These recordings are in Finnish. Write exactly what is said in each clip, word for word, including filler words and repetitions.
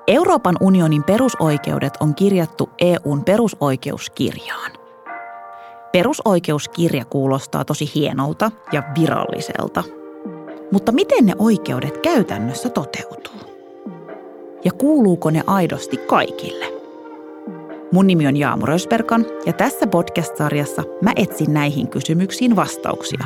Euroopan unionin perusoikeudet on kirjattu E U:n perusoikeuskirjaan. Perusoikeuskirja kuulostaa tosi hienolta ja viralliselta. Mutta miten ne oikeudet käytännössä toteutuu? Ja kuuluuko ne aidosti kaikille? Mun nimi on Jaamu Rösberkan ja tässä podcast-sarjassa mä etsin näihin kysymyksiin vastauksia.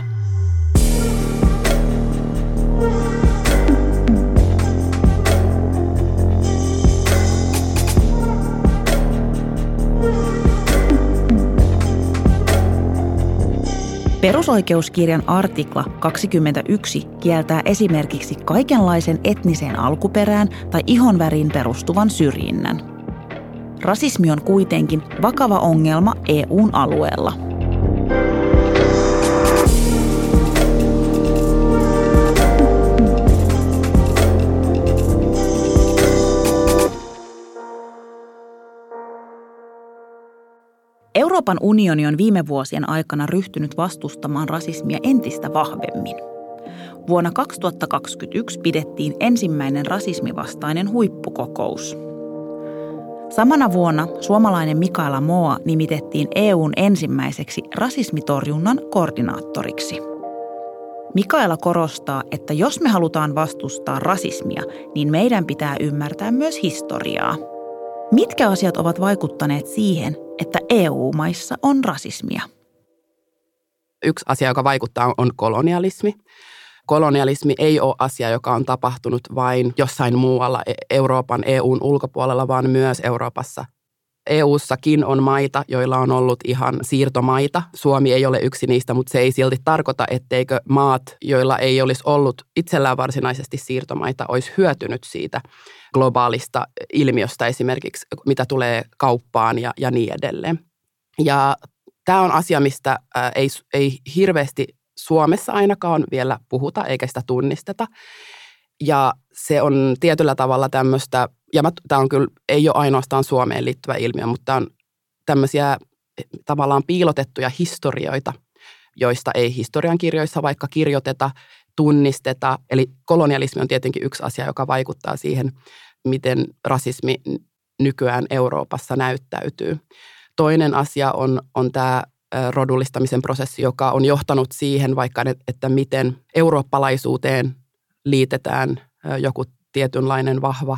Perusoikeuskirjan artikla kaksikymmentäyksi kieltää esimerkiksi kaikenlaisen etniseen alkuperään tai ihonväriin perustuvan syrjinnän. Rasismi on kuitenkin vakava ongelma E U:n alueella. Euroopan unioni on viime vuosien aikana ryhtynyt vastustamaan rasismia entistä vahvemmin. Vuonna kaksituhattakaksikymmentäyksi pidettiin ensimmäinen rasismivastainen huippukokous. Samana vuonna suomalainen Mikaela Moa nimitettiin E U:n ensimmäiseksi rasismitorjunnan koordinaattoriksi. Mikaela korostaa, että jos me halutaan vastustaa rasismia, niin meidän pitää ymmärtää myös historiaa. Mitkä asiat ovat vaikuttaneet siihen, että E U-maissa on rasismia? Yksi asia, joka vaikuttaa, on kolonialismi. Kolonialismi ei ole asia, joka on tapahtunut vain jossain muualla Euroopan E U:n ulkopuolella, vaan myös Euroopassa. E U:ssakin on maita, joilla on ollut ihan siirtomaita. Suomi ei ole yksi niistä, mutta se ei silti tarkoita, etteikö maat, joilla ei olisi ollut itsellään varsinaisesti siirtomaita, olisi hyötynyt siitä globaalista ilmiöstä esimerkiksi, mitä tulee kauppaan ja, ja niin edelleen. Ja tämä on asia, mistä ää, ei, ei hirveästi Suomessa ainakaan vielä puhuta eikä sitä tunnisteta. Ja se on tietyllä tavalla tämmöistä, ja tämä on kyllä, ei ole ainoastaan Suomeen liittyvä ilmiö, mutta tämä on tämmöisiä tavallaan piilotettuja historioita, joista ei historiankirjoissa vaikka kirjoiteta, tunnisteta. Eli kolonialismi on tietenkin yksi asia, joka vaikuttaa siihen, miten rasismi nykyään Euroopassa näyttäytyy. Toinen asia on, on tämä rodullistamisen prosessi, joka on johtanut siihen vaikka, että miten eurooppalaisuuteen liitetään joku tietynlainen vahva,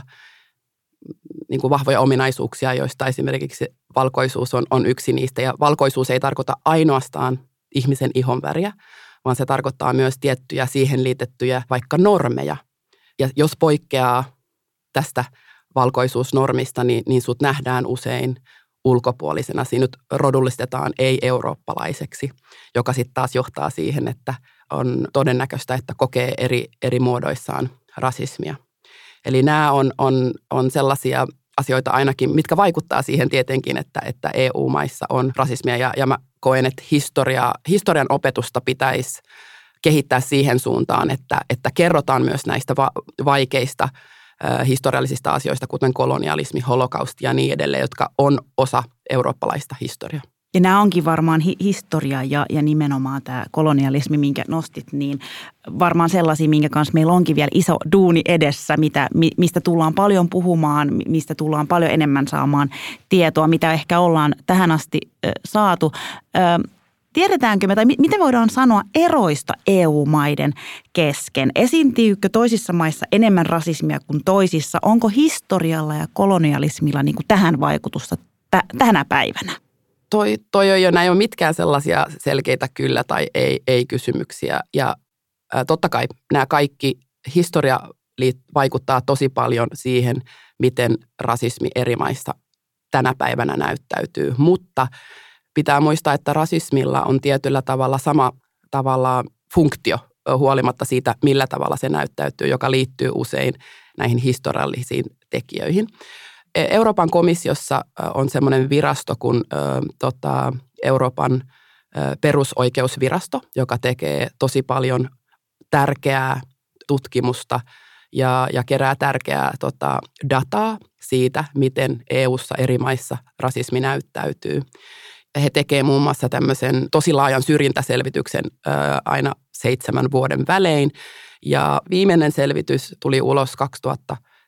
niin kuin vahvoja ominaisuuksia, joista esimerkiksi valkoisuus on, on yksi niistä. Ja valkoisuus ei tarkoita ainoastaan ihmisen ihonväriä, vaan se tarkoittaa myös tiettyjä siihen liitettyjä vaikka normeja. Ja jos poikkeaa tästä valkoisuusnormista, niin, niin sut nähdään usein ulkopuolisena. Siinä nyt rodullistetaan ei-eurooppalaiseksi, joka sitten taas johtaa siihen, että on todennäköistä, että kokee eri, eri muodoissaan rasismia. Eli nämä on, on, on sellaisia asioita ainakin, mitkä vaikuttaa siihen tietenkin, että, että E U-maissa on rasismia. Ja, ja mä koen, että historia, historian opetusta pitäisi kehittää siihen suuntaan, että, että kerrotaan myös näistä va- vaikeista äh, historiallisista asioista, kuten kolonialismi, holokausti ja niin edelleen, jotka on osa eurooppalaista historiaa. Ja nämä onkin varmaan hi- historia ja, ja nimenomaan tämä kolonialismi, minkä nostit, niin varmaan sellaisia, minkä kanssa meillä onkin vielä iso duuni edessä, mitä, mi, mistä tullaan paljon puhumaan, mistä tullaan paljon enemmän saamaan tietoa, mitä ehkä ollaan tähän asti ö, saatu. Ö, tiedetäänkö me, tai mi, miten voidaan sanoa eroista E U-maiden kesken? Esiintyykö toisissa maissa enemmän rasismia kuin toisissa? Onko historialla ja kolonialismilla niin kuin tähän vaikutusta t- tänä päivänä? Toi, toi on jo, näin ole mitkään sellaisia selkeitä kyllä tai ei, ei kysymyksiä. Ja ää, totta kai nämä kaikki, historia liit, vaikuttaa tosi paljon siihen, miten rasismi eri maissa tänä päivänä näyttäytyy. Mutta pitää muistaa, että rasismilla on tietyllä tavalla sama tavalla funktio huolimatta siitä, millä tavalla se näyttäytyy, joka liittyy usein näihin historiallisiin tekijöihin. Euroopan komissiossa on semmoinen virasto kuin ö, tota, Euroopan ö, perusoikeusvirasto, joka tekee tosi paljon tärkeää tutkimusta ja, ja kerää tärkeää tota, dataa siitä, miten E U:ssa eri maissa rasismi näyttäytyy. He tekevät muun muassa tämmöisen tosi laajan syrjintäselvityksen ö, aina seitsemän vuoden välein. Ja viimeinen selvitys tuli ulos kaksituhattaseitsemäntoista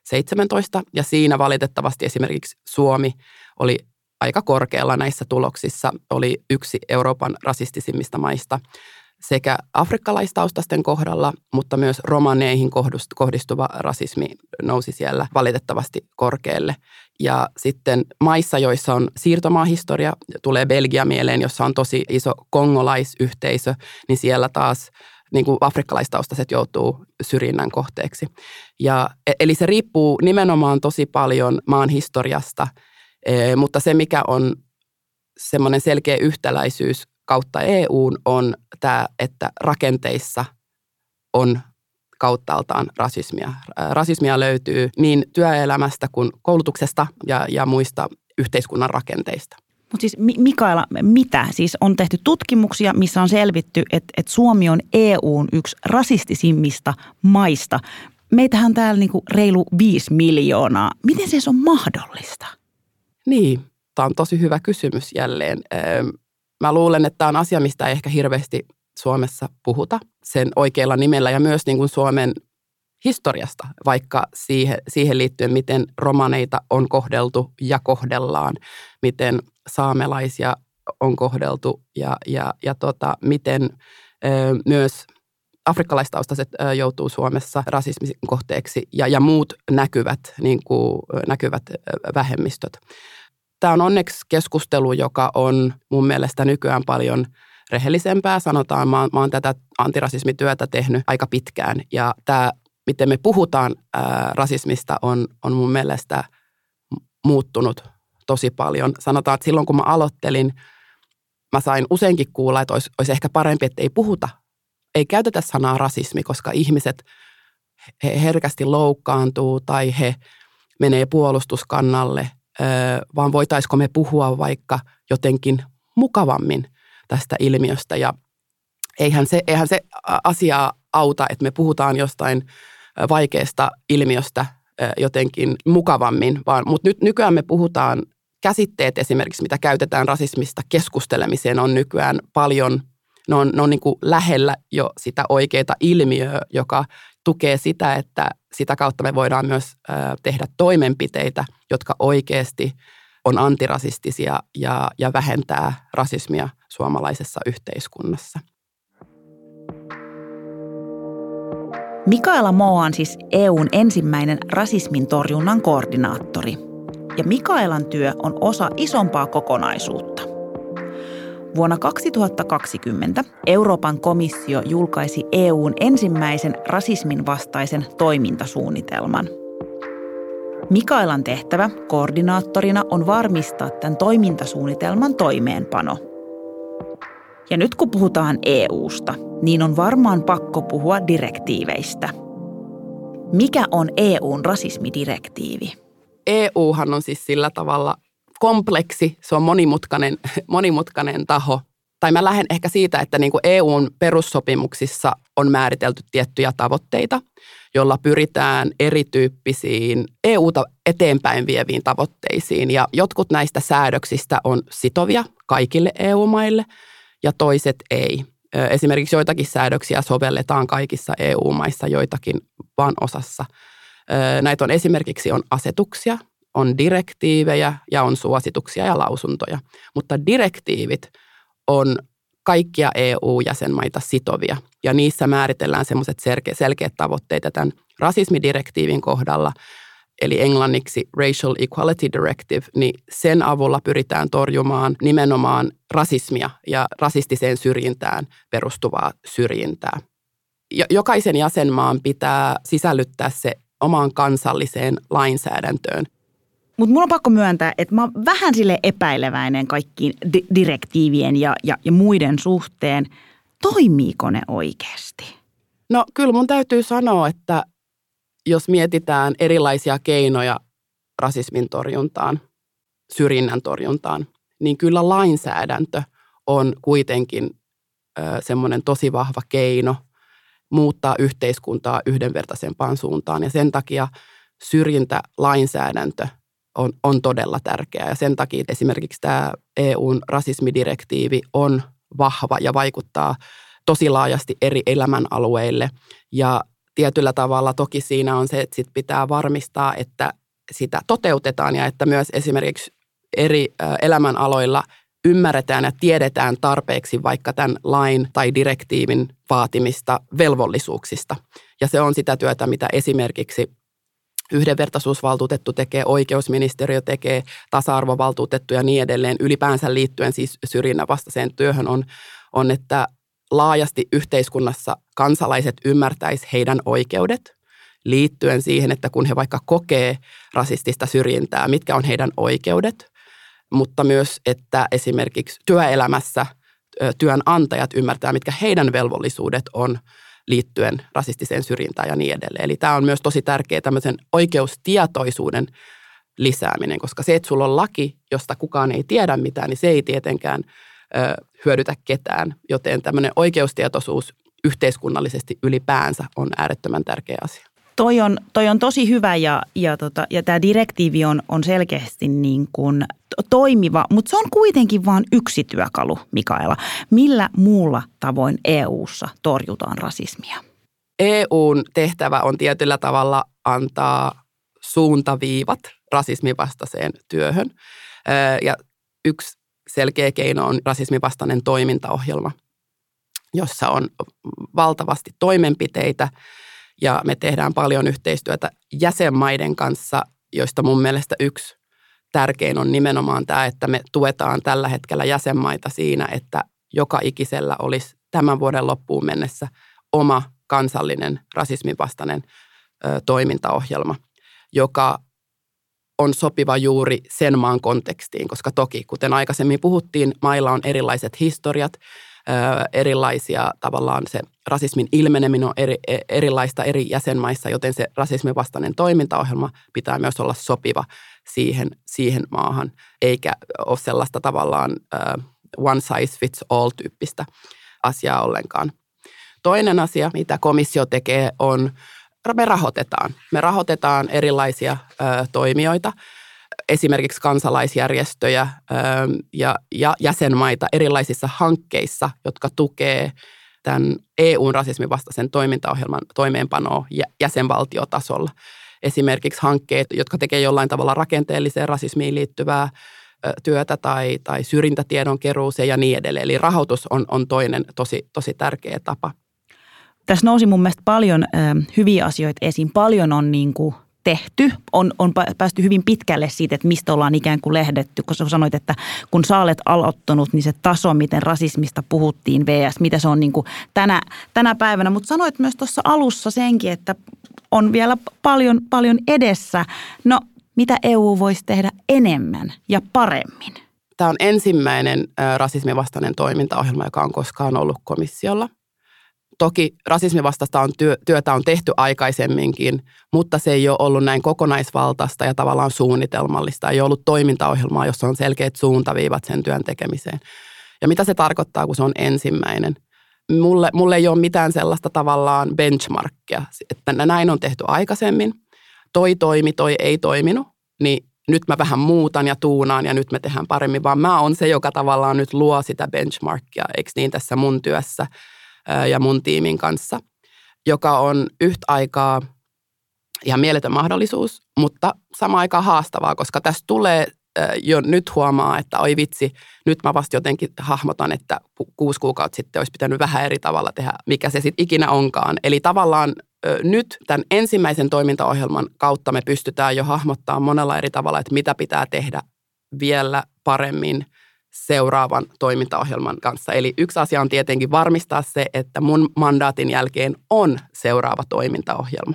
kaksituhattaseitsemäntoista ja siinä valitettavasti esimerkiksi Suomi oli aika korkealla näissä tuloksissa, oli yksi Euroopan rasistisimmista maista sekä afrikkalaistaustaisten kohdalla, mutta myös romaneihin kohdistuva rasismi nousi siellä valitettavasti korkealle. Ja sitten maissa, joissa on siirtomaahistoria, tulee Belgia mieleen, jossa on tosi iso kongolaisyhteisö, niin siellä taas niin kuin afrikkalaistaustaiset joutuu syrjinnän kohteeksi. Ja, eli se riippuu nimenomaan tosi paljon maan historiasta, mutta se mikä on semmoinen selkeä yhtäläisyys kautta E U:n on tämä, että rakenteissa on kauttaaltaan rasismia. Rasismia löytyy niin työelämästä kuin koulutuksesta ja, ja muista yhteiskunnan rakenteista. Mutta siis Mikaela, mitä? Siis on tehty tutkimuksia, missä on selvitty, että, että Suomi on E U:n yksi rasistisimmista maista. Meitähän täällä niinku reilu viisi miljoonaa. Miten se on mahdollista? Niin, tämä on tosi hyvä kysymys jälleen. Mä luulen, että tämä on asia, mistä ei ehkä hirveästi Suomessa puhuta sen oikealla nimellä ja myös niin kuin Suomen historiasta, vaikka siihen, siihen liittyen, miten romaneita on kohdeltu ja kohdellaan, miten saamelaisia on kohdeltu ja, ja, ja tota, miten ö, myös afrikkalaistaustaiset ö, joutuu Suomessa rasismin kohteeksi ja, ja muut näkyvät, niin kuin, näkyvät vähemmistöt. Tämä on onneksi keskustelu, joka on mun mielestä nykyään paljon rehellisempää. Sanotaan, mä oon, mä oon tätä antirasismityötä tehnyt aika pitkään ja tämä, miten me puhutaan ää, rasismista, on, on mun mielestä muuttunut tosi paljon. Sanotaan, että silloin kun mä aloittelin, mä sain useinkin kuulla, että olisi, olisi ehkä parempi, että ei puhuta, ei käytetä sanaa rasismi, koska ihmiset he herkästi loukkaantuu tai he menee puolustuskannalle, vaan voitaisiko me puhua vaikka jotenkin mukavammin tästä ilmiöstä. Ja eihän se, eihän se asiaa auta, että me puhutaan jostain vaikeasta ilmiöstä jotenkin mukavammin, vaan mutta nyt nykyään me puhutaan, käsitteet esimerkiksi, mitä käytetään rasismista keskustelemiseen, on nykyään paljon, ne on, ne on niin kuin lähellä jo sitä oikeaa ilmiöä, joka tukee sitä, että sitä kautta me voidaan myös tehdä toimenpiteitä, jotka oikeasti on antirasistisia ja, ja vähentää rasismia suomalaisessa yhteiskunnassa. Mikaela Moa on siis E U:n ensimmäinen rasismin torjunnan koordinaattori. Ja Mikaelan työ on osa isompaa kokonaisuutta. Vuonna kaksituhattakaksikymmentä Euroopan komissio julkaisi E U:n ensimmäisen rasismin vastaisen toimintasuunnitelman. Mikaelan tehtävä koordinaattorina on varmistaa tämän toimintasuunnitelman toimeenpano. Ja nyt kun puhutaan E U:sta, niin on varmaan pakko puhua direktiiveistä. Mikä on E U:n rasismidirektiivi? E Uhan on siis sillä tavalla kompleksi, se on monimutkainen, monimutkainen taho. Tai mä lähden ehkä siitä, että niin kuin E U:n perussopimuksissa on määritelty tiettyjä tavoitteita, jolla pyritään erityyppisiin E U:ta eteenpäin vieviin tavoitteisiin. Ja jotkut näistä säädöksistä on sitovia kaikille E U-maille ja toiset ei. Esimerkiksi joitakin säädöksiä sovelletaan kaikissa E U-maissa, joitakin vaan osassa. Näitä on esimerkiksi on asetuksia, on direktiivejä ja on suosituksia ja lausuntoja. Mutta direktiivit on kaikkia E U-jäsenmaita sitovia ja niissä määritellään semmoiset selke- selkeät tavoitteet tämän rasismidirektiivin kohdalla, eli englanniksi Racial Equality Directive, niin sen avulla pyritään torjumaan nimenomaan rasismia ja rasistiseen syrjintään perustuvaa syrjintää. Jokaisen jäsenmaan pitää sisällyttää se omaan kansalliseen lainsäädäntöön. Mutta mun on pakko myöntää, että mä oon vähän sille epäileväinen kaikkiin di- direktiivien ja, ja, ja muiden suhteen. Toimiiko ne oikeasti? No kyllä mun täytyy sanoa, että jos mietitään erilaisia keinoja rasismin torjuntaan, syrjinnän torjuntaan, niin kyllä lainsäädäntö on kuitenkin ö, semmoinen tosi vahva keino muuttaa yhteiskuntaa yhdenvertaisempaan suuntaan. Ja sen takia syrjintälainsäädäntö on, on todella tärkeää. Ja sen takia esimerkiksi tämä E U:n rasismidirektiivi on vahva ja vaikuttaa tosi laajasti eri elämänalueille. Ja tietyllä tavalla toki siinä on se, että sit pitää varmistaa, että sitä toteutetaan ja että myös esimerkiksi eri elämänaloilla ymmärretään ja tiedetään tarpeeksi vaikka tämän lain tai direktiivin vaatimista velvollisuuksista. Ja se on sitä työtä, mitä esimerkiksi yhdenvertaisuusvaltuutettu tekee, oikeusministeriö tekee, tasa-arvovaltuutettu ja niin edelleen. Ylipäänsä liittyen siis syrjinnän vastaiseen työhön on, on, että laajasti yhteiskunnassa kansalaiset ymmärtäisi heidän oikeudet liittyen siihen, että kun he vaikka kokee rasistista syrjintää, mitkä on heidän oikeudet, mutta myös, että esimerkiksi työelämässä työnantajat ymmärtää, mitkä heidän velvollisuudet on liittyen rasistiseen syrjintään ja niin edelleen. Eli tämä on myös tosi tärkeä tämmöisen oikeustietoisuuden lisääminen, koska se, että sulla on laki, josta kukaan ei tiedä mitään, niin se ei tietenkään ö, hyödytä ketään. Joten tämmöinen oikeustietoisuus yhteiskunnallisesti ylipäänsä on äärettömän tärkeä asia. Toi on, toi on tosi hyvä ja, ja, tota, ja tämä direktiivi on, on selkeästi niin kuin toimiva, mutta se on kuitenkin vain yksi työkalu, Mikaela. Millä muulla tavoin E U:ssa torjutaan rasismia? E U:n tehtävä on tietyllä tavalla antaa suuntaviivat rasismin vastaiseen työhön. Ja yksi selkeä keino on rasismin vastainen toimintaohjelma, jossa on valtavasti toimenpiteitä. Ja me tehdään paljon yhteistyötä jäsenmaiden kanssa, joista mun mielestä yksi tärkein on nimenomaan tämä, että me tuetaan tällä hetkellä jäsenmaita siinä, että joka ikisellä olisi tämän vuoden loppuun mennessä oma kansallinen rasismin vastainen ö, toimintaohjelma, joka on sopiva juuri sen maan kontekstiin, koska toki, kuten aikaisemmin puhuttiin, mailla on erilaiset historiat, erilaisia tavallaan se rasismin ilmeneminen on eri, erilaista eri jäsenmaissa, joten se rasismin vastainen toimintaohjelma pitää myös olla sopiva siihen, siihen maahan, eikä ole sellaista tavallaan uh, one size fits all -tyyppistä asiaa ollenkaan. Toinen asia, mitä komissio tekee, on, me rahoitetaan. Me rahoitetaan erilaisia uh, toimijoita, esimerkiksi kansalaisjärjestöjä ö, ja, ja jäsenmaita erilaisissa hankkeissa, jotka tukee tämän E U:n rasismin vastaisen toimintaohjelman toimeenpanoa jäsenvaltiotasolla. Esimerkiksi hankkeet, jotka tekee jollain tavalla rakenteelliseen rasismiin liittyvää ö, työtä tai, tai syrjintätiedon keruuseen ja niin edelleen. Eli rahoitus on, on toinen tosi, tosi tärkeä tapa. Tässä nousi mun mielestä paljon ö, hyviä asioita esiin. Paljon on niin kuin tehty. On, on päästy hyvin pitkälle siitä, että mistä ollaan ikään kuin lehdetty, kun sä sanoit, että kun sä olet aloittanut, niin se taso, miten rasismista puhuttiin vs. mitä se on niin kuin tänä, tänä päivänä. Mutta sanoit myös tuossa alussa senkin, että on vielä paljon, paljon edessä. No, mitä E U voisi tehdä enemmän ja paremmin? Tämä on ensimmäinen rasismin vastainen toimintaohjelma, joka on koskaan ollut komissiolla. Toki rasismin vastaista on työ, työtä on tehty aikaisemminkin, mutta se ei ole ollut näin kokonaisvaltaista ja tavallaan suunnitelmallista. Ei ole ollut toimintaohjelmaa, jossa on selkeät suuntaviivat sen työn tekemiseen. Ja mitä se tarkoittaa, kun se on ensimmäinen? Mulle, mulle ei ole mitään sellaista tavallaan benchmarkia, että näin on tehty aikaisemmin. Toi toimi, toi ei toiminut, niin nyt mä vähän muutan ja tuunaan ja nyt me tehdään paremmin. Vaan mä oon se, joka tavallaan nyt luo sitä benchmarkia, eikö niin tässä mun työssä ja mun tiimin kanssa, joka on yhtä aikaa ihan mieletön mahdollisuus, mutta samaan aikaan haastavaa, koska tässä tulee jo nyt huomaa, että oi vitsi, nyt mä vasta jotenkin hahmotan, että kuusi kuukautta sitten olisi pitänyt vähän eri tavalla tehdä, mikä se sitten ikinä onkaan. Eli tavallaan nyt tämän ensimmäisen toimintaohjelman kautta me pystytään jo hahmottamaan monella eri tavalla, että mitä pitää tehdä vielä paremmin seuraavan toimintaohjelman kanssa. Eli yksi asia on tietenkin varmistaa se, että mun mandaatin jälkeen on seuraava toimintaohjelma.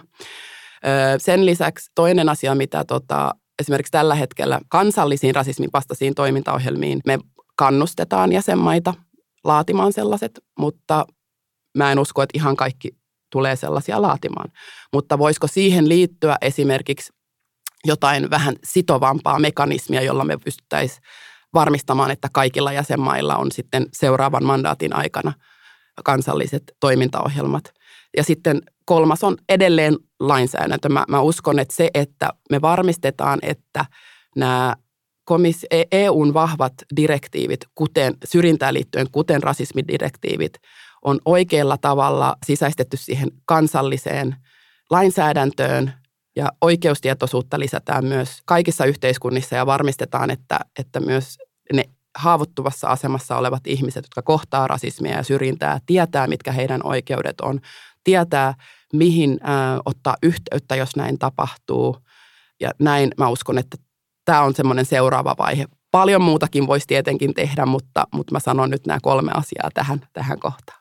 Sen lisäksi toinen asia, mitä tota, esimerkiksi tällä hetkellä kansallisiin rasismin vastaisiin toimintaohjelmiin me kannustetaan jäsenmaita laatimaan sellaiset, mutta mä en usko, että ihan kaikki tulee sellaisia laatimaan. Mutta voisiko siihen liittyä esimerkiksi jotain vähän sitovampaa mekanismia, jolla me pystyttäisiin varmistamaan, että kaikilla jäsenmailla on sitten seuraavan mandaatin aikana kansalliset toimintaohjelmat. Ja sitten kolmas on edelleen lainsäädäntö. Mä, mä uskon, että se, että me varmistetaan, että nämä komis- E U:n vahvat direktiivit, kuten syrjintään liittyen, kuten rasismidirektiivit, on oikealla tavalla sisäistetty siihen kansalliseen lainsäädäntöön ja oikeustietoisuutta lisätään myös kaikissa yhteiskunnissa ja varmistetaan, että, että myös ne haavoittuvassa asemassa olevat ihmiset, jotka kohtaa rasismia ja syrjintää, tietää, mitkä heidän oikeudet on, tietää, mihin ää, ottaa yhteyttä, jos näin tapahtuu. Ja näin mä uskon, että tämä on semmoinen seuraava vaihe. Paljon muutakin voisi tietenkin tehdä, mutta, mutta mä sanon nyt nämä kolme asiaa tähän, tähän kohtaan.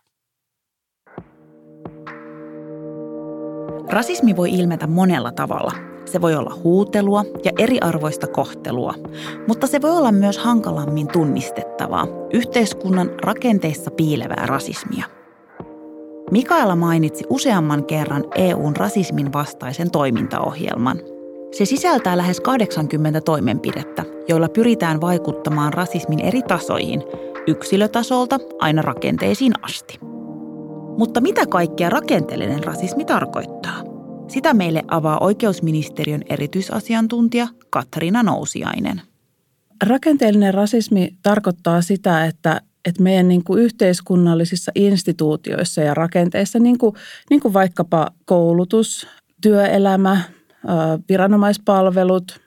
Rasismi voi ilmetä monella tavalla. Se voi olla huutelua ja eriarvoista kohtelua, mutta se voi olla myös hankalammin tunnistettavaa, yhteiskunnan rakenteissa piilevää rasismia. Mikaela mainitsi useamman kerran E U:n rasismin vastaisen toimintaohjelman. Se sisältää lähes kahdeksankymmentä toimenpidettä, joilla pyritään vaikuttamaan rasismin eri tasoihin, yksilötasolta aina rakenteisiin asti. Mutta mitä kaikkea rakenteellinen rasismi tarkoittaa? Sitä meille avaa oikeusministeriön erityisasiantuntija Katriina Nousiainen. Rakenteellinen rasismi tarkoittaa sitä, että, että meidän niin kuin yhteiskunnallisissa instituutioissa ja rakenteissa, niin kuin, niin kuin vaikkapa koulutus, työelämä, viranomaispalvelut,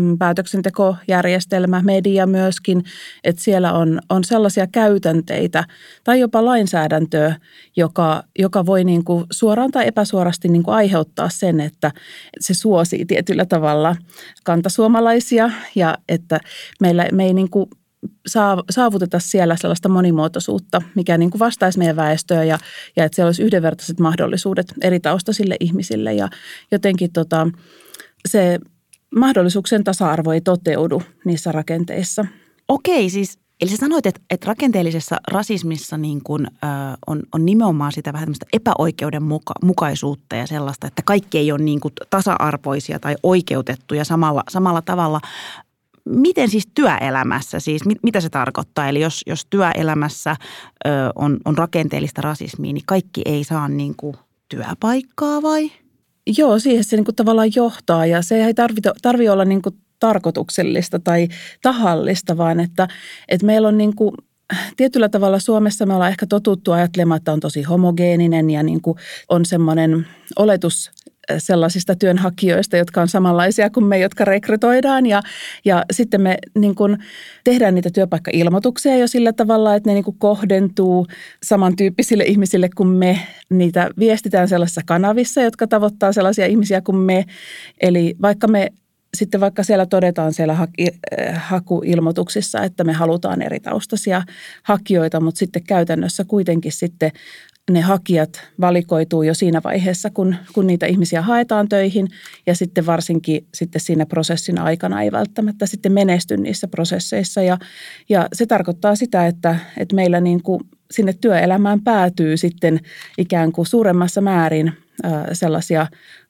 päätöksentekojärjestelmä, media myöskin, että siellä on, on sellaisia käytänteitä tai jopa lainsäädäntöä, joka, joka voi niin kuin suoraan tai epäsuorasti niin kuin aiheuttaa sen, että se suosii tietyllä tavalla kantasuomalaisia ja että meillä, me ei niin kuin saavuteta siellä sellaista monimuotoisuutta, mikä niin kuin vastaisi meidän väestöä ja, ja että siellä olisi yhdenvertaiset mahdollisuudet eri taustaisille ihmisille ja jotenkin tota, se mahdollisuuksien tasa-arvo ei toteudu niissä rakenteissa. Okei, siis eli sä sanoit, että, että rakenteellisessa rasismissa niin kun, ö, on, on nimenomaan sitä vähän tämmöistä epäoikeudenmukaisuutta ja sellaista, että kaikki ei ole niin kuin tasa-arvoisia tai oikeutettuja samalla, samalla tavalla. Miten siis työelämässä, siis mit, mitä se tarkoittaa? Eli jos, jos työelämässä ö, on, on rakenteellista rasismia, niin kaikki ei saa niin kuin työpaikkaa vai? Joo, siihen se niin kuin tavallaan johtaa ja se ei tarvitse tarvi olla niin kuin tarkoituksellista tai tahallista, vaan että, että meillä on niin kuin tietyllä tavalla Suomessa me ollaan ehkä totuttu ajattelemaan, että on tosi homogeeninen ja niin kuin on semmoinen oletus sellaisista työnhakijoista, jotka on samanlaisia kuin me, jotka rekrytoidaan. Ja, ja sitten me niin kuin tehdään niitä työpaikka-ilmoituksia jo sillä tavalla, että ne niin kuin kohdentuu samantyyppisille ihmisille kuin me. Niitä viestitään sellaisissa kanavissa, jotka tavoittaa sellaisia ihmisiä kuin me. Eli vaikka me sitten vaikka siellä todetaan siellä hakuilmoituksissa, että me halutaan eri taustaisia hakijoita, mutta sitten käytännössä kuitenkin sitten ne hakijat valikoituu jo siinä vaiheessa, kun, kun niitä ihmisiä haetaan töihin ja sitten varsinkin sitten siinä prosessin aikana ei välttämättä sitten menesty niissä prosesseissa. Ja, ja se tarkoittaa sitä, että, että meillä niin kuin sinne työelämään päätyy sitten ikään kuin suuremmassa määrin sellaisia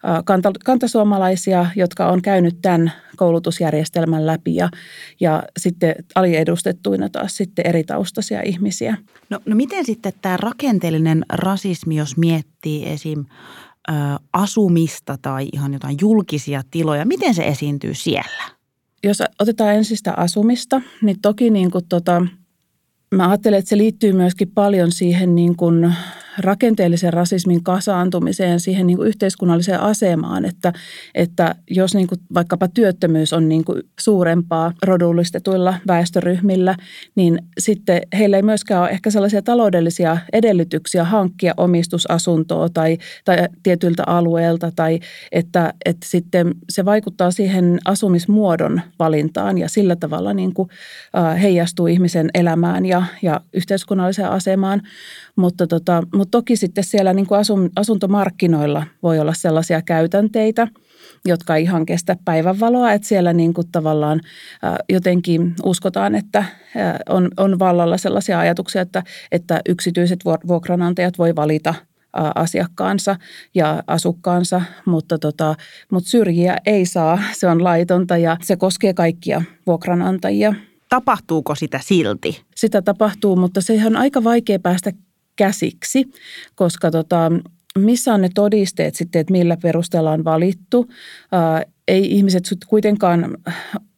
kantasuomalaisia, jotka on käynyt tämän koulutusjärjestelmän läpi ja, ja sitten aliedustettuina taas sitten eri taustaisia ihmisiä. No, no miten sitten tämä rakenteellinen rasismi, jos miettii esim. Ä, asumista tai ihan jotain julkisia tiloja, miten se esiintyy siellä? Jos otetaan ensin sitä asumista, niin toki niin kuin tota, mä ajattelen, että se liittyy myöskin paljon siihen niin kuin rakenteellisen rasismin kasaantumiseen, siihen niin kuin yhteiskunnalliseen asemaan, että, että jos niin kuin vaikkapa työttömyys on niin kuin suurempaa rodullistetuilla väestöryhmillä, niin sitten heillä ei myöskään ole ehkä sellaisia taloudellisia edellytyksiä hankkia omistusasuntoa tai, tai tietyiltä alueelta, tai että, että sitten se vaikuttaa siihen asumismuodon valintaan ja sillä tavalla niin kuin heijastuu ihmisen elämään ja, ja yhteiskunnalliseen asemaan, mutta tota, Mutta toki sitten siellä niin kuin asuntomarkkinoilla voi olla sellaisia käytänteitä, jotka ei ihan kestä päivänvaloa, että siellä niin kuin tavallaan jotenkin uskotaan, että on, on vallalla sellaisia ajatuksia, että, että yksityiset vuokranantajat voi valita asiakkaansa ja asukkaansa, mutta, tota, mutta syrjiä ei saa, se on laitonta ja se koskee kaikkia vuokranantajia. Tapahtuuko sitä silti? Sitä tapahtuu, mutta se on aika vaikea päästä käsiksi, koska tota, missä on ne todisteet sitten, että millä perusteella on valittu. Ää, ei ihmiset kuitenkaan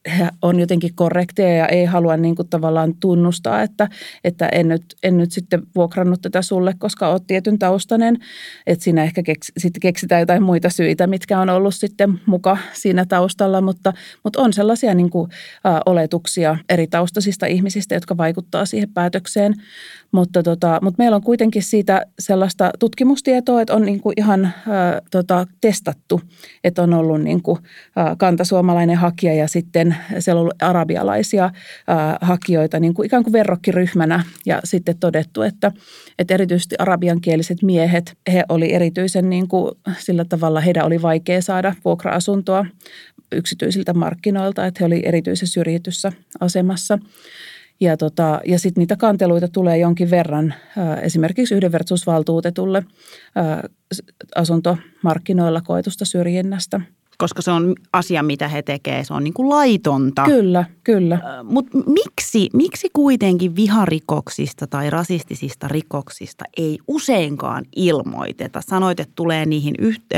he on jotenkin korrekteja ja ei halua niin kuin tavallaan tunnustaa, että, että en, nyt, en nyt sitten vuokrannut tätä sulle, koska olet tietyn taustainen. Että siinä ehkä keks, sitten keksitään jotain muita syitä, mitkä on ollut sitten muka siinä taustalla, mutta, mutta on sellaisia niin kuin, ä, oletuksia eri taustaisista ihmisistä, jotka vaikuttaa siihen päätökseen. Mutta, tota, mutta meillä on kuitenkin siitä sellaista tutkimustietoa, että on niin kuin ihan ä, tota, testattu, että on ollut niin kuin, ä, kantasuomalainen hakija ja sitten siellä on ollut arabialaisia ä, hakijoita niin kuin ikään kuin verrokkiryhmänä ja sitten todettu, että, että erityisesti arabiankieliset miehet, he oli erityisen niin kuin, sillä tavalla, heidän oli vaikea saada vuokra-asuntoa yksityisiltä markkinoilta, että he oli erityisen syrjityssä asemassa. Ja, tota, ja sitten niitä kanteluita tulee jonkin verran ää, esimerkiksi yhdenvertaisuusvaltuutetulle ää, asuntomarkkinoilla koetusta syrjinnästä. Koska se on asia, mitä he tekevät, se on niin kuin laitonta. Kyllä, kyllä. Mutta miksi, miksi kuitenkin viharikoksista tai rasistisista rikoksista ei useinkaan ilmoiteta? Sanoit, että tulee niihin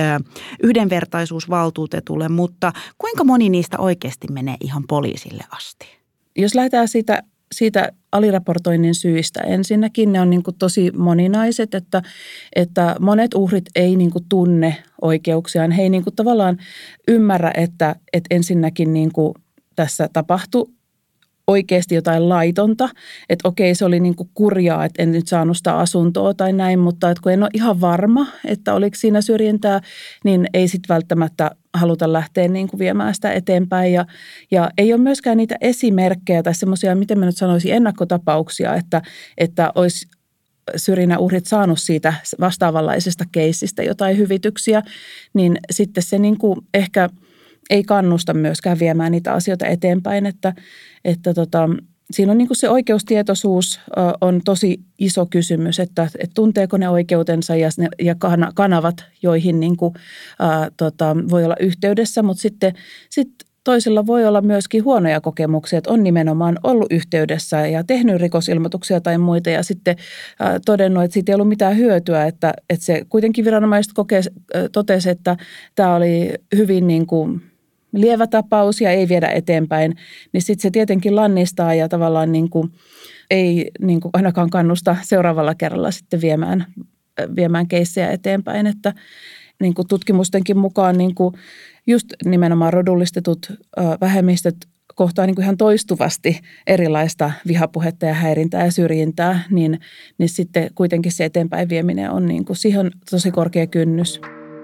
yhdenvertaisuusvaltuutetulle, mutta kuinka moni niistä oikeasti menee ihan poliisille asti? Jos lähdetään siitä, siitä aliraportoinnin syistä, ensinnäkin ne on niin kuin tosi moninaiset, että, että monet uhrit ei niin kuin tunne oikeuksiaan. He ei niin kuin tavallaan ymmärrä, että, että ensinnäkin niin kuin tässä tapahtui oikeasti jotain laitonta, että okei se oli niin kuin kurjaa, että en nyt saanut sitä asuntoa tai näin, mutta että kun en ole ihan varma, että oliko siinä syrjintää, niin ei sitten välttämättä haluta lähteä niin kuin viemään sitä eteenpäin ja, ja ei ole myöskään niitä esimerkkejä tai semmoisia, miten mä nyt sanoisin, ennakkotapauksia, että, että olisi syrjinnän uhrit saanut siitä vastaavanlaisesta keissistä jotain hyvityksiä, niin sitten se niin kuin ehkä ei kannusta myöskään viemään niitä asioita eteenpäin, että, että tota, siinä on niin kuin se oikeustietoisuus on tosi iso kysymys, että, että tunteeko ne oikeutensa ja, ne, ja kanavat, joihin niin kuin, ää, tota, voi olla yhteydessä, mutta sitten sit toisilla voi olla myöskin huonoja kokemuksia, että on nimenomaan ollut yhteydessä ja tehnyt rikosilmoituksia tai muita ja sitten ää, todennut, että siitä ei ollut mitään hyötyä, että, että se kuitenkin viranomaiset kokee, totesi, että tämä oli hyvin niin kuin lievä tapaus ja ei viedä eteenpäin, niin sitten se tietenkin lannistaa ja tavallaan niin kuin ei niin kuin ainakaan kannusta seuraavalla kerralla sitten viemään, viemään keissejä eteenpäin, että niin kuin tutkimustenkin mukaan niin kuin just nimenomaan rodullistetut vähemmistöt kohtaa niin kuin ihan toistuvasti erilaista vihapuhetta ja häirintää ja syrjintää, niin, niin sitten kuitenkin se eteenpäin vieminen on niin kuin, siihen on tosi korkea kynnys.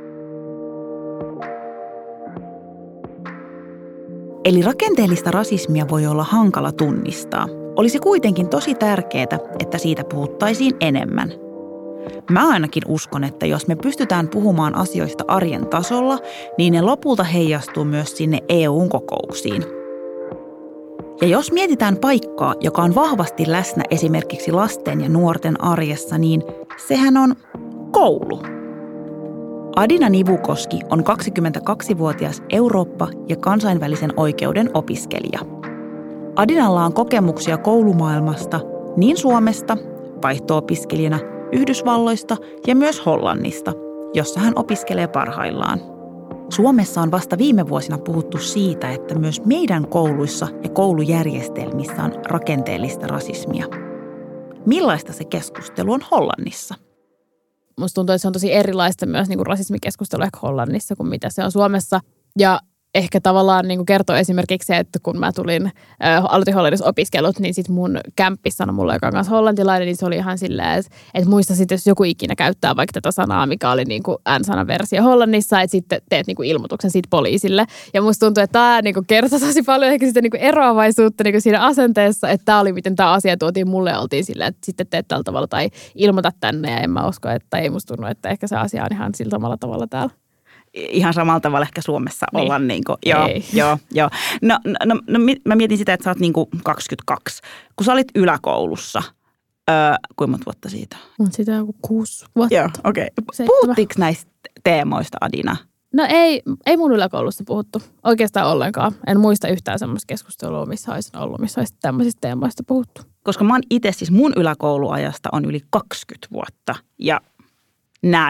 Eli rakenteellista rasismia voi olla hankala tunnistaa. Olisi kuitenkin tosi tärkeää, että siitä puhuttaisiin enemmän. Mä ainakin uskon, että jos me pystytään puhumaan asioista arjen tasolla, niin ne lopulta heijastuu myös sinne E U-kokouksiin. Ja jos mietitään paikkaa, joka on vahvasti läsnä esimerkiksi lasten ja nuorten arjessa, niin sehän on koulu. Adina Nivukoski on kaksikymmentäkaksivuotias Eurooppa- ja kansainvälisen oikeuden opiskelija. Adinalla on kokemuksia koulumaailmasta niin Suomesta, vaihto-opiskelijana, Yhdysvalloista ja myös Hollannista, jossa hän opiskelee parhaillaan. Suomessa on vasta viime vuosina puhuttu siitä, että myös meidän kouluissa ja koulujärjestelmissä on rakenteellista rasismia. Millaista se keskustelu on Hollannissa? Musta tuntuu, että se on tosi erilaista myös niin kuin rasismikeskustelu ehkä Hollannissa kuin mitä se on Suomessa. Ja ehkä tavallaan niin kuin kertoo esimerkiksi se, että kun mä tulin, äh, aloitin Hollannissa opiskelut, niin sit mun kämppis sanoi mulle, joka on kanssa hollantilainen, niin se oli ihan silleen, että, että muista sitten, jos joku ikinä käyttää vaikka tätä sanaa, mikä oli niin kuin N-sanan versio Hollannissa, että sitten teet niin kuin ilmoituksen siitä poliisille. Ja musta tuntuu, että tämä niin kuin kertoo tosi paljon ehkä sitä niin kuin eroavaisuutta niin kuin siinä asenteessa, että tämä oli, miten tämä asia tuotiin mulle ja oltiin silleen, että sitten teet tällä tavalla tai ilmoita tänne ja en mä usko, että ei musta tunnu, että ehkä se asia on ihan sillä samalla tavalla täällä. Ihan samalla tavalla ehkä Suomessa niin. ollaan niin kuin, joo, joo, joo. No, no, no, mä mietin sitä, että sä oot niin kuin kaksikymmentäkaksi. Kun sä olit yläkoulussa, öö, kuinka monta vuotta siitä? On sitä joku kuusi vuotta. Joo, okei. Okay. Puhuttiinko näistä teemoista, Adina? No ei, ei mun yläkoulussa puhuttu oikeastaan ollenkaan. En muista yhtään semmoista keskustelua, missä olisi ollut, missä olisi tämmöisistä teemoista puhuttu. Koska mä oon itse siis mun yläkouluajasta on yli kaksikymmentä vuotta ja näädä.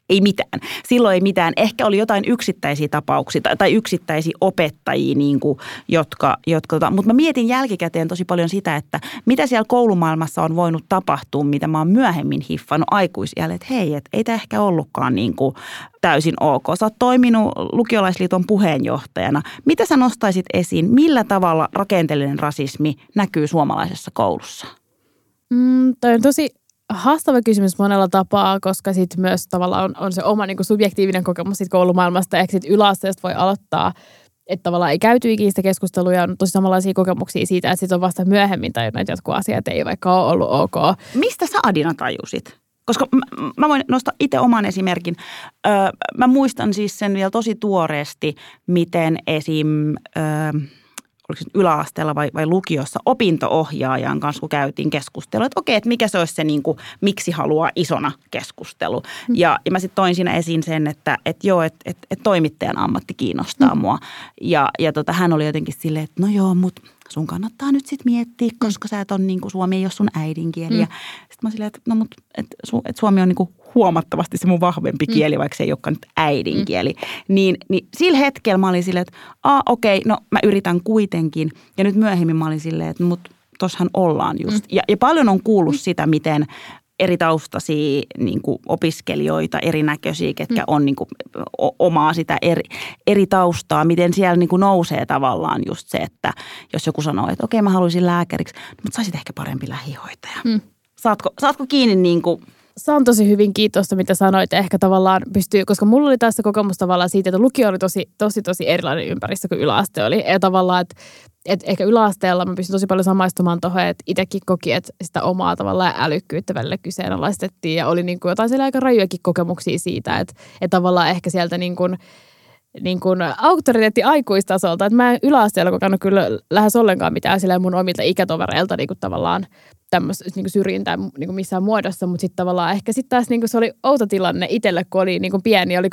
ei mitään. Silloin ei mitään. Ehkä oli jotain yksittäisiä tapauksia tai, tai yksittäisiä opettajia, niin kuin, jotka, jotka mutta mä mietin jälkikäteen tosi paljon sitä, että mitä siellä koulumaailmassa on voinut tapahtua, mitä mä oon myöhemmin hiffannut aikuisiälle, että hei, et ei tämä ehkä ollutkaan niin kuin täysin ok. Sä oot toiminut Lukiolaisliiton puheenjohtajana. Mitä sä nostaisit esiin? Millä tavalla rakenteellinen rasismi näkyy suomalaisessa koulussa? Mm, toi on tosi haastava kysymys monella tapaa, koska sitten myös tavallaan on, on se oma niin kuin subjektiivinen kokemus siitä koulumaailmasta. Ehkä sitten yläasteesta voi aloittaa, että tavallaan ei käyty ikinä sitä keskustelua ja on tosi samanlaisia kokemuksia siitä, että sitten on vasta myöhemmin tai että jotkut asiat ei vaikka ole ollut ok. Mistä sä, Adina, tajusit? Koska mä, mä voin nostaa itse oman esimerkin. Öö, mä muistan siis sen vielä tosi tuoreesti, miten esim. Öö, oliko se yläasteella vai, vai lukiossa opinto-ohjaajan kanssa, kun käytiin keskustelua, että okei, että mikä se olisi se, niin kuin, miksi haluaa isona keskustelu. Mm. Ja, ja mä sitten toin siinä esiin sen, että et joo, että et, et toimittajan ammatti kiinnostaa mm. mua. Ja, ja tota, hän oli jotenkin silleen, että no joo, mutta sun kannattaa nyt sitten miettiä, koska mm. sä et on, niin kuin, suomi ei ole sun äidinkieli. Mm. Ja sitten mä silleen, että no mut, et, et suomi on niin kuin huomattavasti se mun vahvempi kieli, mm. vaikka se ei olekaan nyt äidinkieli. Mm. Niin, niin sillä hetkellä mä olin silleen, että aa okei, okay, no mä yritän kuitenkin. Ja nyt myöhemmin mä olin silleen, että mut tossahan ollaan just. Mm. Ja, ja paljon on kuullut mm. sitä, miten eri taustaisia niin kuin opiskelijoita, erinäköisiä, ketkä mm. on niin kuin, omaa sitä eri, eri taustaa, miten siellä niin kuin nousee tavallaan just se, että jos joku sanoo, että okei, mä haluaisin lääkäriksi, mutta saisit ehkä parempi lähihoitaja. Mm. Saatko, saatko kiinni niin kuin? Saan tosi hyvin kiitosta, mitä sanoit. Ehkä tavallaan pystyy, koska mulla oli tässä kokemus tavallaan siitä, että lukio oli tosi, tosi, tosi erilainen ympäristö kuin yläaste oli. Ja tavallaan, että, että ehkä yläasteella mä pystyn tosi paljon samaistumaan tuohon, että itsekin koki, että sitä omaa tavallaan älykkyyttä välillä kyseenalaistettiin. Ja oli niin kuin jotain siellä aika rajujakin kokemuksia siitä, että, että tavallaan ehkä sieltä niin kuin niin kuin auktoriteetti aikuistasolta, että mä en yläasteella kokenut kyllä lähes ollenkaan mitään silleen mun omilta ikätovereilta niin kuin tavallaan tämmöistä niin kuin syrjintää niin kuin missään muodossa, mutta sitten tavallaan ehkä sitten taas niin kuin se oli outo tilanne itselle, kun oli niin kuin pieni, oli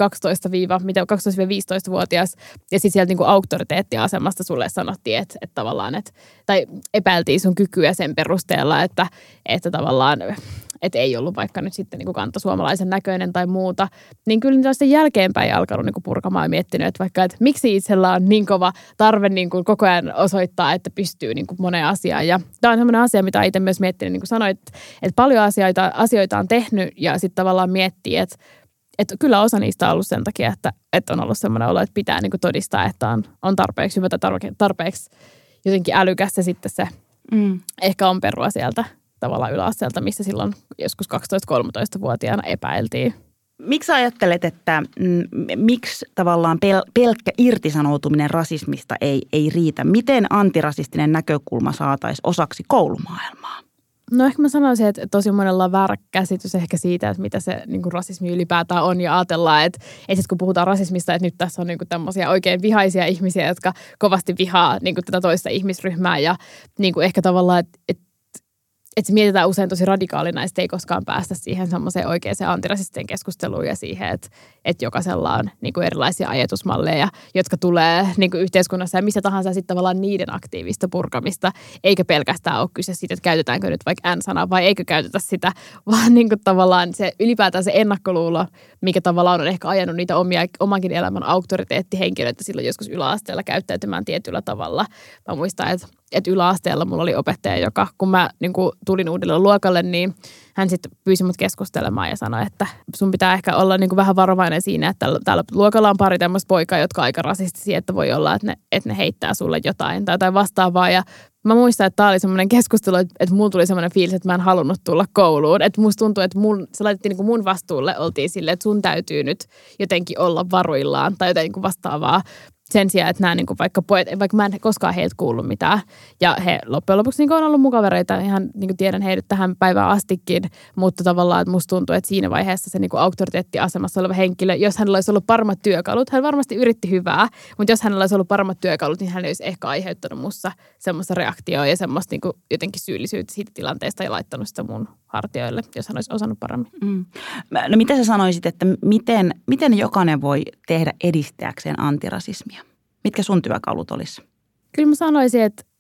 kaksitoista-viisitoista-vuotias ja sitten sieltä niin kuin auktoriteettiasemasta sulle sanottiin, että, että tavallaan, että, tai epäiltiin sun kykyä sen perusteella, että, että tavallaan että ei ollut vaikka nyt sitten niin kuin kantasuomalaisen näköinen tai muuta, niin kyllä niitä on sitten jälkeenpäin alkanut niin kuin purkamaan ja miettinyt, että vaikka, että miksi itsellä on niin kova tarve niin kuin koko ajan osoittaa, että pystyy niin kuin moneen asiaan. Ja tämä on sellainen asia, mitä itse myös miettinyt, niin kuin sanoit, että paljon asioita, asioita on tehnyt ja sitten tavallaan miettii, että, että kyllä osa niistä on ollut sen takia, että, että on ollut sellainen olo, että pitää niin kuin todistaa, että on, on tarpeeksi hyvä tai tarpeeksi jotenkin älykäs ja sitten se mm. ehkä on perua sieltä tavallaan yläasteelta, missä silloin joskus kaksitoista-kolmetoista-vuotiaana epäiltiin. Miksi ajattelet, että mm, miksi tavallaan pel- pelkkä irtisanoutuminen rasismista ei, ei riitä? Miten antirasistinen näkökulma saataisiin osaksi koulumaailmaa? No ehkä mä sanoisin, että tosi monella on väärä käsitys ehkä siitä, että mitä se niin kuin rasismi ylipäätään on ja ajatellaan, että, että kun puhutaan rasismista, että nyt tässä on niin kuin tämmöisiä oikein vihaisia ihmisiä, jotka kovasti vihaa niin kuin tätä toista ihmisryhmää ja niin kuin ehkä tavallaan, että, että Että se mietitään usein tosi radikaalina, että ei koskaan päästä siihen semmoiseen oikeaan antirasistiseen keskusteluun ja siihen, että, että jokaisella on niin kuin erilaisia ajatusmalleja, jotka tulee niin kuin yhteiskunnassa ja missä tahansa sitten tavallaan niiden aktiivista purkamista, eikä pelkästään ole kyse siitä, että käytetäänkö nyt vaikka N-sanaa vai eikö käytetä sitä, vaan niin kuin tavallaan se ylipäätään se ennakkoluulo, mikä tavallaan on ehkä ajanut niitä omia, omankin elämän auktoriteettihenkilöitä silloin joskus yläasteella käyttäytymään tietyllä tavalla. Mä muistan, että että yläasteella mulla oli opettaja, joka kun mä niin kuin tulin uudelle luokalle, niin hän sitten pyysi mut keskustelemaan ja sanoi, että sun pitää ehkä olla niin kuin vähän varovainen siinä, että täällä luokalla on pari tämmöistä poikaa, jotka on aika rasistisia, että voi olla, että ne, että ne heittää sulle jotain tai jotain vastaavaa. Ja mä muistan, että tää oli semmoinen keskustelu, että, että mulla tuli semmoinen fiilis, että mä en halunnut tulla kouluun. Että musta tuntui, että mun, se laitettiin niin kuin mun vastuulle, oltiin silleen, että sun täytyy nyt jotenkin olla varuillaan tai jotain niin kuin vastaavaa. Sen sijaan, että nämä niin kuin vaikka pojat, vaikka mä en koskaan heiltä kuullut mitään. Ja he loppujen lopuksi niin kuin on ollut mukavereita, ihan niin kuin tiedän heidät tähän päivään astikin. Mutta tavallaan, että musta tuntuu, että siinä vaiheessa se niin kuin auktoriteettiasemassa oleva henkilö, jos hänellä olisi ollut paremmat työkalut, hän varmasti yritti hyvää. Mutta jos hänellä olisi ollut paremmat työkalut, niin hän olisi ehkä aiheuttanut musta semmoista reaktioa ja semmoista niin kuin jotenkin syyllisyyttä siitä tilanteesta ja laittanut sitä mun hartioille, jos hän olisi osannut paremmin. Mm. No mitä sä sanoisit, että miten, miten jokainen voi tehdä edistääkseen antirasismia? Mitkä sun työkalut olisi? Kyllä mä sanoisin, että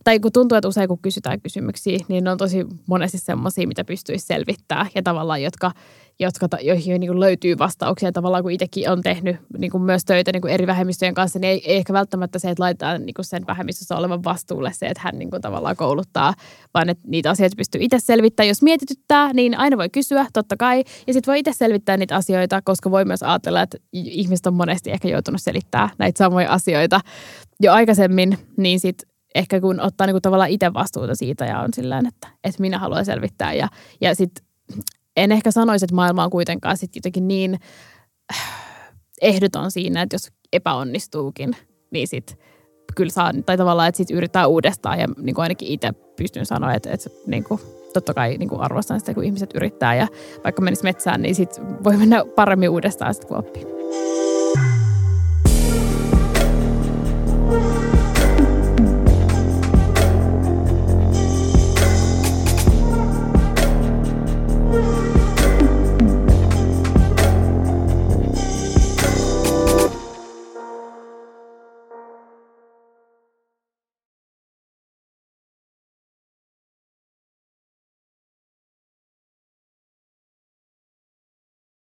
tai kun tuntuu, että usein kun kysytään kysymyksiä, niin ne on tosi monesti semmoisia, mitä pystyisi selvittämään ja tavallaan, jotka, jotka, joihin niin kuin löytyy vastauksia. Tavallaan kun itsekin on tehnyt niin kuin myös töitä niin kuin eri vähemmistöjen kanssa, niin ei, ei ehkä välttämättä se, että laitetaan niin kuin sen vähemmistössä olevan vastuulle se, että hän niin kuin tavallaan kouluttaa, vaan että niitä asioita pystyy itse selvittämään. Jos mietityttää, niin aina voi kysyä, totta kai. Ja sitten voi itse selvittää niitä asioita, koska voi myös ajatella, että ihmiset on monesti ehkä joutunut selittämään näitä samoja asioita jo aikaisemmin, niin sitten ehkä kun ottaa niin kuin tavallaan itse vastuuta siitä ja on sillään, että, että minä haluan selvittää. Ja, ja sitten en ehkä sanoisi, että maailma on kuitenkaan sitten jotenkin niin ehdoton siinä, että jos epäonnistuukin, niin sitten kyllä saa, tai tavallaan, että sitten yrittää uudestaan. Ja niin kuin ainakin itse pystyn sanoa, että, että niin kuin, totta kai niin kuin arvostan sitä, kun ihmiset yrittää. Ja vaikka menisi metsään, niin sitten voi mennä paremmin uudestaan sitten, kun oppii.